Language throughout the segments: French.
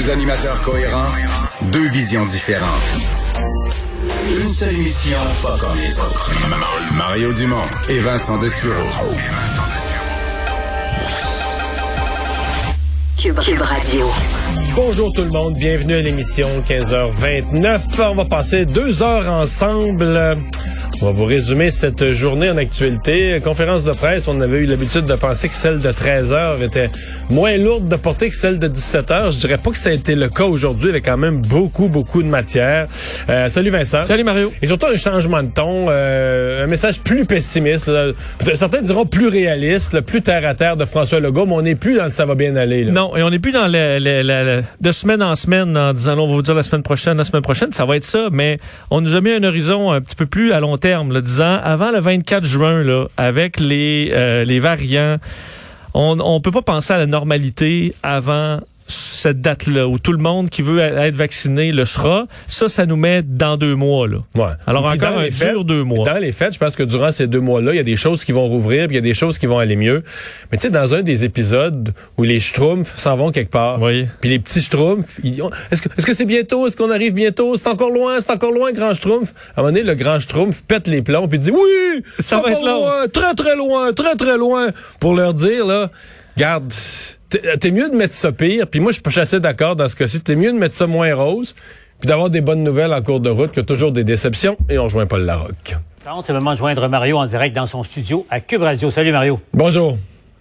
Deux animateurs cohérents, deux visions différentes. Une seule émission, pas comme les autres. Mario Dumont et Vincent Dessureau. Cube Radio. Bonjour tout le monde, bienvenue à l'émission 15h29. On va passer 2 heures ensemble. On va vous résumer cette journée en actualité. Conférence de presse, on avait eu l'habitude de penser que celle de 13h était moins lourde de portée que celle de 17h. Je dirais pas que ça a été le cas aujourd'hui, avec quand même beaucoup de matière. Salut Vincent. Salut Mario. Et surtout un changement de ton, un message plus pessimiste. Là. Certains diront plus réaliste, là, plus terre à terre de François Legault, mais on n'est plus dans le ça va bien aller. Là. Non, et on n'est plus dans de semaine en semaine en disant on va vous dire la semaine prochaine, ça va être ça, mais on nous a mis un horizon un petit peu plus à long terme. Là, disant avant le 24 juin, là, avec les variants, on peut pas penser à la normalité avant cette date-là, où tout le monde qui veut être vacciné le sera. Ça nous met dans 2 mois. Là. Ouais. Alors encore un dur 2 mois. Dans les faits, je pense que durant ces 2 mois-là, il y a des choses qui vont rouvrir, puis il y a des choses qui vont aller mieux. Mais tu sais, dans un des épisodes où les schtroumpfs s'en vont quelque part, oui. Puis les petits schtroumpfs, est-ce que c'est bientôt? Est-ce qu'on arrive bientôt? C'est encore loin, grand schtroumpf. À un moment donné, le grand schtroumpf pète les plombs, puis dit oui! Ça va être loin, très loin, pour leur dire, là, garde, t'es mieux de mettre ça pire, puis moi, je suis assez d'accord dans ce cas-ci, t'es mieux de mettre ça moins rose, puis d'avoir des bonnes nouvelles en cours de route que toujours des déceptions, et on rejoint Paul Larocque. C'est le moment de joindre Mario en direct dans son studio à Cube Radio. Salut Mario. Bonjour.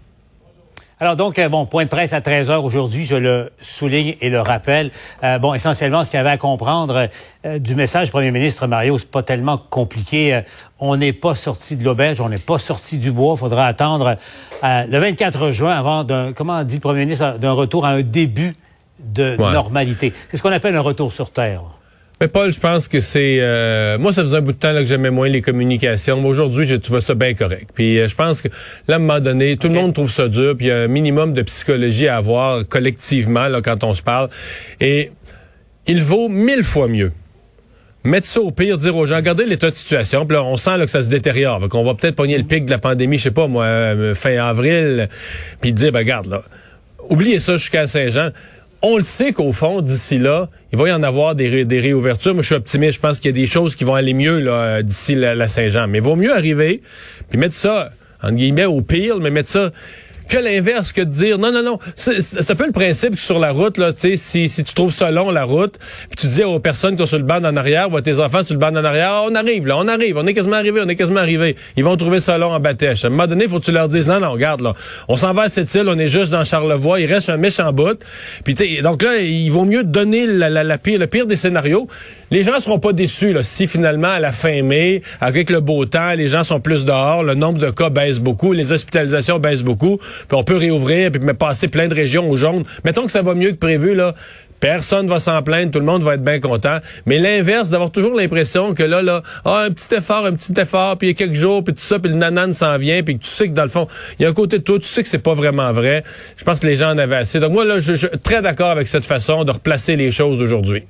Alors donc, point de presse à 13h aujourd'hui, je le souligne et le rappelle. Essentiellement, ce qu'il y avait à comprendre du message du premier ministre Mario, c'est pas tellement compliqué. On n'est pas sorti de l'auberge, on n'est pas sorti du bois. Il faudra attendre le 24 juin avant comment dit le premier ministre, d'un retour à un début de normalité. C'est ce qu'on appelle un retour sur terre. Mais Paul, je pense que c'est... moi, ça faisait un bout de temps là, que j'aimais moins les communications. Mais aujourd'hui, j'ai trouvé ça bien correct. Puis je pense que là, à un moment donné, tout le monde trouve ça dur. Puis il y a un minimum de psychologie à avoir collectivement là quand on se parle. Et il vaut 1000 fois mieux mettre ça au pire, dire aux gens, regardez l'état de situation. Puis là, on sent là, que ça se détériore. Qu'on va peut-être pogner le pic de la pandémie, je sais pas moi, fin avril. Puis dire, regarde, là, oubliez ça jusqu'à Saint-Jean. On le sait qu'au fond, d'ici là, il va y en avoir des réouvertures. Moi, je suis optimiste. Je pense qu'il y a des choses qui vont aller mieux là d'ici la Saint-Jean. Mais il vaut mieux arriver puis mettre ça, entre guillemets, au pire, mais mettre ça que l'inverse, que de dire non. C'est un peu le principe que sur la route, là, tu sais, si tu trouves ça long, la route, puis tu dis aux personnes qui sont sur le banc en arrière, ou à tes enfants sur le banc en arrière, on est quasiment arrivé. Ils vont trouver ça long en bâtèche. À un moment donné, il faut que tu leur dises, non, regarde, là, on s'en va à cette île, on est juste dans Charlevoix, il reste un méchant bout. Puis donc là, il vaut mieux donner le pire des scénarios. Les gens seront pas déçus là, si finalement, à la fin mai, avec le beau temps, les gens sont plus dehors, le nombre de cas baisse beaucoup, les hospitalisations baissent beaucoup, puis on peut réouvrir, puis passer plein de régions au jaune. Mettons que ça va mieux que prévu, là. Personne va s'en plaindre, tout le monde va être bien content. Mais l'inverse, d'avoir toujours l'impression que là, un petit effort, puis il y a quelques jours, puis tout ça, puis le nanan s'en vient, puis que tu sais que dans le fond, il y a un côté de toi, tu sais que c'est pas vraiment vrai. Je pense que les gens en avaient assez. Donc moi, là, je suis très d'accord avec cette façon de replacer les choses aujourd'hui.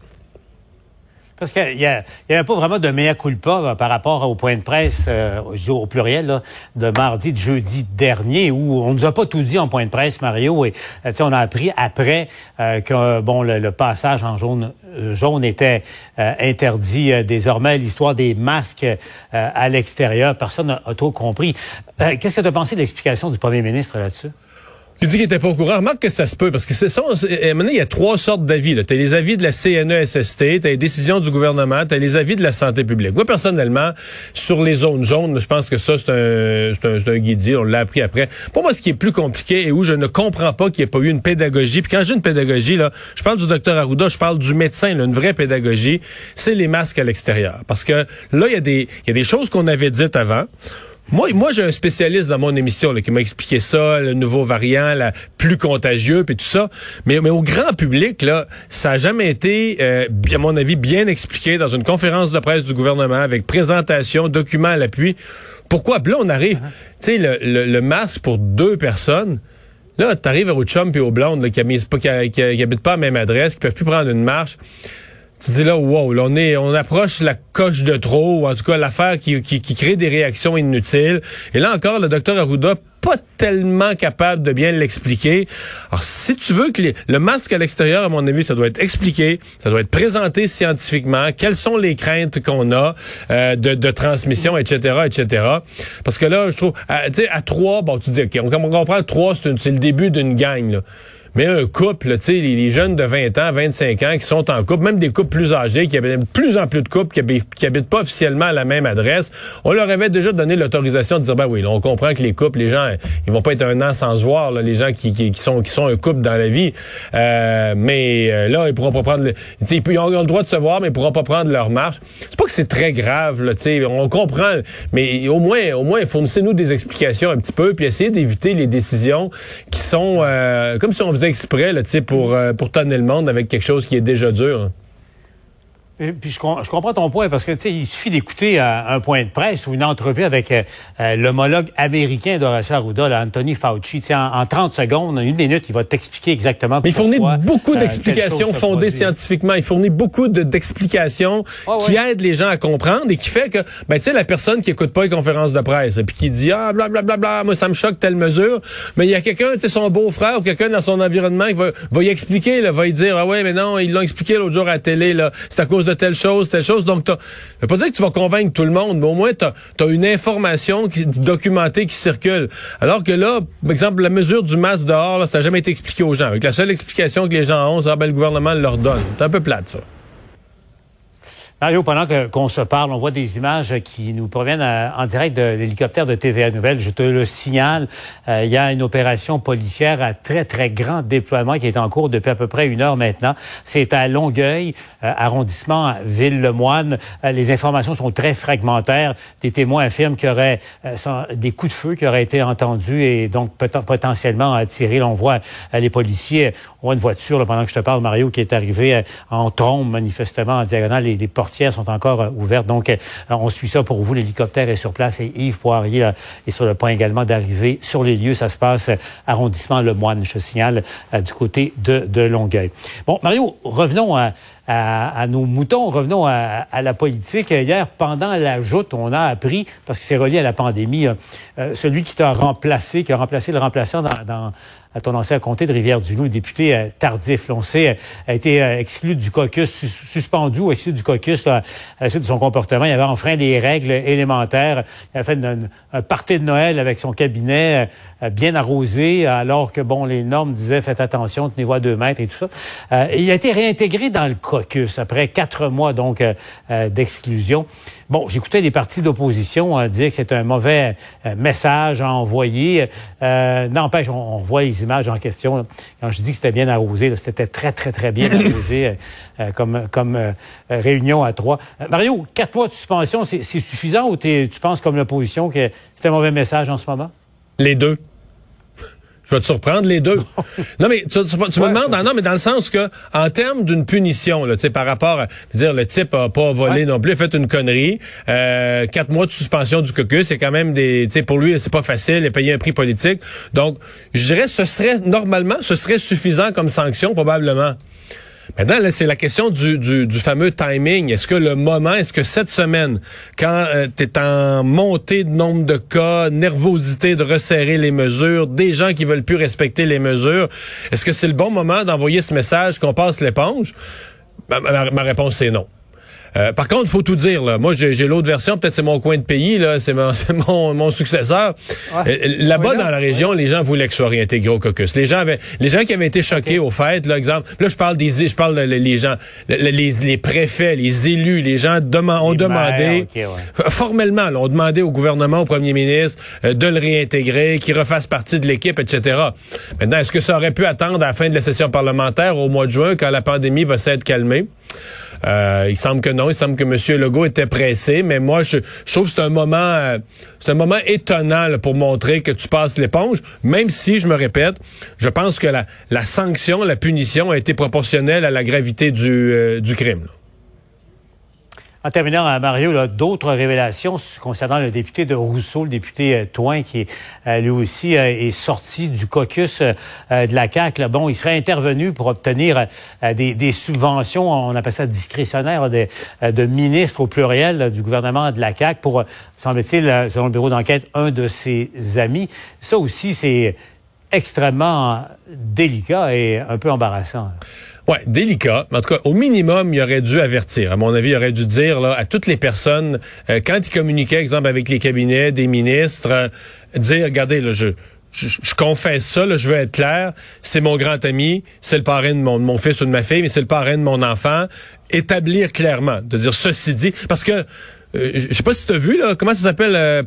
Parce qu'il y avait pas vraiment de mea culpa par rapport au point de presse, au pluriel, là, de mardi, de jeudi dernier, où on nous a pas tout dit en point de presse, Mario, et on a appris après que le passage en jaune était interdit désormais, l'histoire des masques à l'extérieur. Personne n'a trop compris. Qu'est-ce que tu as pensé de l'explication du premier ministre là-dessus? Il dit qu'il était pas au courant. Remarque que ça se peut, parce que maintenant, il y a 3 sortes d'avis. Tu as les avis de la CNESST, tu as les décisions du gouvernement, tu as les avis de la santé publique. Moi, personnellement, sur les zones jaunes, je pense que ça, c'est un guidis. On l'a appris après. Pour moi, ce qui est plus compliqué et où je ne comprends pas qu'il n'y ait pas eu une pédagogie, puis quand j'ai une pédagogie, là, je parle du docteur Arruda, je parle du médecin, là, une vraie pédagogie, c'est les masques à l'extérieur. Parce que là, il y a des choses qu'on avait dites avant. Moi, j'ai un spécialiste dans mon émission là, qui m'a expliqué ça, le nouveau variant, plus contagieux, puis tout ça. Mais au grand public, là, ça a jamais été, à mon avis, bien expliqué dans une conférence de presse du gouvernement avec présentation, documents à l'appui. Pourquoi? Puis là, on arrive, tu sais, le masque pour 2 personnes. Là, t'arrives au chum et aux blondes là, qui habitent pas à la même adresse, qui peuvent plus prendre une marche. Tu dis là, wow, là, on approche la coche de trop, ou en tout cas l'affaire qui crée des réactions inutiles. Et là encore, le docteur Arruda pas tellement capable de bien l'expliquer. Alors, si tu veux que le masque à l'extérieur, à mon avis, ça doit être expliqué, ça doit être présenté scientifiquement, quelles sont les craintes qu'on a de transmission, etc., etc. Parce que là, je trouve, tu sais, à 3, bon, tu dis, OK, on comprend 3, c'est le début d'une gang, là. Mais un couple, tu sais, les jeunes de 20 ans, 25 ans qui sont en couple, même des couples plus âgés, qui avaient de plus en plus de couples qui habitent pas officiellement à la même adresse, on leur avait déjà donné l'autorisation de dire, ben oui, là, on comprend que les couples, les gens, ils vont pas être un an sans se voir, là, les gens qui sont un couple dans la vie. Mais là, ils pourront pas prendre, tu sais, ils ont le droit de se voir, mais ils pourront pas prendre leur marche. C'est pas que c'est très grave, là, tu sais, on comprend, mais au moins, fournissez-nous des explications un petit peu, puis essayez d'éviter les décisions qui sont comme si on faisait exprès là, pour tonner le monde avec quelque chose qui est déjà dur. Hein. Et puis je comprends ton point parce que tu sais il suffit d'écouter un point de presse ou une entrevue avec l'homologue américain d'Horacio Arruda, là, Anthony Fauci. En 30 secondes, 1 minute, il va t'expliquer exactement. Mais il fournit beaucoup d'explications fondées scientifiquement. Il fournit beaucoup d'explications qui aident les gens à comprendre et qui fait que ben tu sais la personne qui écoute pas les conférences de presse puis qui dit blablabla, moi ça me choque telle mesure, mais il y a quelqu'un, tu sais son beau-frère ou quelqu'un dans son environnement qui va y expliquer, là, va y dire ouais mais non ils l'ont expliqué l'autre jour à la télé là, c'est à cause de telle chose. Donc, ça veut pas dire que tu vas convaincre tout le monde, mais au moins, t'as une information documentée qui circule. Alors que là, par exemple, la mesure du masque dehors, là, ça n'a jamais été expliqué aux gens. Avec la seule explication que les gens ont, c'est le gouvernement leur donne. C'est un peu plate, ça. Mario, pendant qu'on se parle, on voit des images qui nous proviennent en direct de l'hélicoptère de TVA Nouvelles. Je te le signale, il y a une opération policière à très, très grand déploiement qui est en cours depuis à peu près 1 heure maintenant. C'est à Longueuil, arrondissement Ville-le-Moine. Les informations sont très fragmentaires. Des témoins affirment qu'il y aurait des coups de feu qui auraient été entendus et donc potentiellement tirés. Là, on voit les policiers, on voit une voiture, là, pendant que je te parle, Mario, qui est arrivée en trombe, manifestement, en diagonale. Les portières sont encore ouvertes. Donc, on suit ça pour vous. L'hélicoptère est sur place et Yves Poirier est sur le point également d'arriver sur les lieux. Ça se passe arrondissement Le Moine, je te signale, du côté de Longueuil. Bon, Mario, revenons à nos moutons, revenons à la politique. Hier, pendant la joute, on a appris, parce que c'est relié à la pandémie, celui qui a remplacé le remplaçant à ton ancien comté de Rivière-du-Loup, le député Tardif. Là, on sait, a été exclu du caucus, suspendu ou exclu du caucus là, à la suite de son comportement. Il avait enfreint les règles élémentaires. Il a fait un party de Noël avec son cabinet bien arrosé, alors que, bon, les normes disaient, faites attention, tenez-vous à 2 mètres et tout ça. Il a été réintégré dans le caucus après 4 mois, donc, d'exclusion. Bon, j'écoutais des partis d'opposition dire que c'est un mauvais message à envoyer. N'empêche, on voit les images en question. Là. Quand je dis que c'était bien arrosé, là, c'était très, très, très bien arrosé comme réunion à 3. Mario, 4 mois de suspension, c'est suffisant ou tu penses comme l'opposition que c'est un mauvais message en ce moment? Les deux. Je vais te surprendre, les deux. Non, mais tu me demandes, non, mais dans le sens que, en termes d'une punition, là, tu sais, par rapport à, dire, le type a pas volé non plus, a fait une connerie, 4 mois de suspension du caucus, c'est quand même tu sais, pour lui, c'est pas facile, il a payé un prix politique. Donc, je dirais, ce serait suffisant comme sanction, probablement. Maintenant, là, c'est la question du fameux timing. Est-ce que cette semaine, quand t'es en montée de nombre de cas, nervosité de resserrer les mesures, des gens qui veulent plus respecter les mesures, est-ce que c'est le bon moment d'envoyer ce message qu'on passe l'éponge? Ma réponse, c'est non. Par contre, il faut tout dire. Là. Moi, j'ai l'autre version. Peut-être c'est mon coin de pays. Là, c'est mon successeur. Ouais. Là-bas, dans la région, les gens voulaient que soit réintégré au caucus. Les gens qui avaient été choqués au fait, là, exemple. Là, je parle les gens, les préfets, les élus, les gens ont demandé formellement. Là, ont demandé au gouvernement, au premier ministre, de le réintégrer, qu'il refasse partie de l'équipe, etc. Maintenant, est-ce que ça aurait pu attendre à la fin de la session parlementaire au mois de juin, quand la pandémie va s'être calmée? Il semble que non. Il semble que M. Legault était pressé, mais moi, je trouve que c'est un moment étonnant là, pour montrer que tu passes l'éponge, même si, je me répète, je pense que la sanction, la punition a été proportionnelle à la gravité du crime. Là. En terminant, Mario, là, d'autres révélations concernant le député de Rousseau, le député Thoin, qui lui aussi est sorti du caucus de la CAQ. Là. Bon, il serait intervenu pour obtenir des subventions, on appelle ça discrétionnaires, de ministres au pluriel du gouvernement de la CAQ pour, semble-t-il, selon le bureau d'enquête, un de ses amis. Ça aussi, c'est extrêmement délicat et un peu embarrassant. Ouais, délicat. En tout cas, au minimum, il aurait dû avertir. À mon avis, il aurait dû dire là, à toutes les personnes, quand il communiquait, exemple, avec les cabinets des ministres, dire, regardez, là, je confesse ça, là, je veux être clair, c'est mon grand ami, c'est le parrain de mon fils ou de ma fille, mais c'est le parrain de mon enfant. Établir clairement, de dire ceci dit, parce que je sais pas si tu as vu, là, comment ça s'appelle,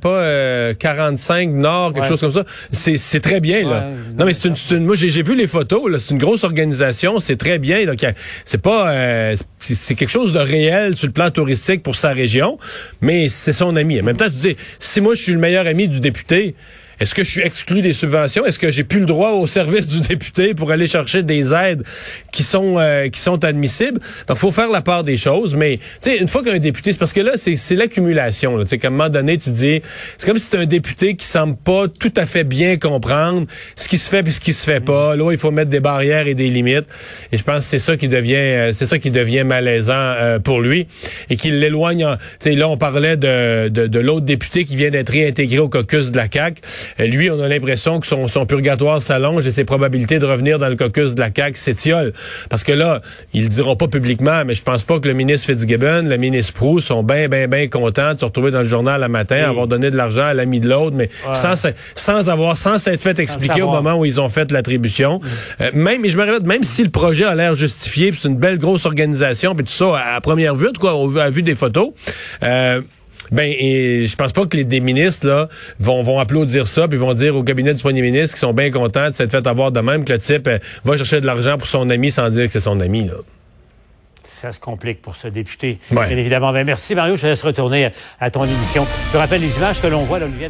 45 Nord, quelque chose comme ça. C'est très bien, là. Non, mais moi, j'ai vu les photos, là. C'est une grosse organisation, c'est très bien. Donc, c'est pas, c'est quelque chose de réel sur le plan touristique pour sa région, mais c'est son ami. En même temps, tu dis, si moi, je suis le meilleur ami du député, est-ce que je suis exclu des subventions? Est-ce que j'ai plus le droit au service du député pour aller chercher des aides qui sont admissibles? Donc, faut faire la part des choses. Mais, tu sais, une fois qu'un député, c'est parce que là, c'est l'accumulation. Tu sais, qu'à un moment donné, tu dis, c'est comme si c'est un député qui semble pas tout à fait bien comprendre ce qui se fait puis ce qui se fait pas. Là, il faut mettre des barrières et des limites. Et je pense que c'est ça qui devient malaisant pour lui et qui l'éloigne. Tu sais, là, on parlait de l'autre député qui vient d'être réintégré au caucus de la CAQ. Lui, on a l'impression que son purgatoire s'allonge et ses probabilités de revenir dans le caucus de la CAQ s'étiolent. Parce que là, ils le diront pas publiquement, mais je pense pas que le ministre Fitzgibbon, le ministre Proulx sont bien contents de se retrouver dans le journal un matin, avoir donné de l'argent à l'ami de l'autre, mais sans s'être fait expliquer au moment où ils ont fait l'attribution. Même si le projet a l'air justifié, puis c'est une belle grosse organisation, puis tout ça à première vue, quoi, à vue des photos, et je pense pas que des ministres là vont applaudir ça puis vont dire au cabinet du premier ministre qu'ils sont bien contents de s'être fait avoir de même que le type va chercher de l'argent pour son ami sans dire que c'est son ami là. Ça se complique pour ce député. Ouais. Bien évidemment. Merci Mario, je te laisse retourner à ton émission. Je te rappelle les images que l'on voit là, Olivier.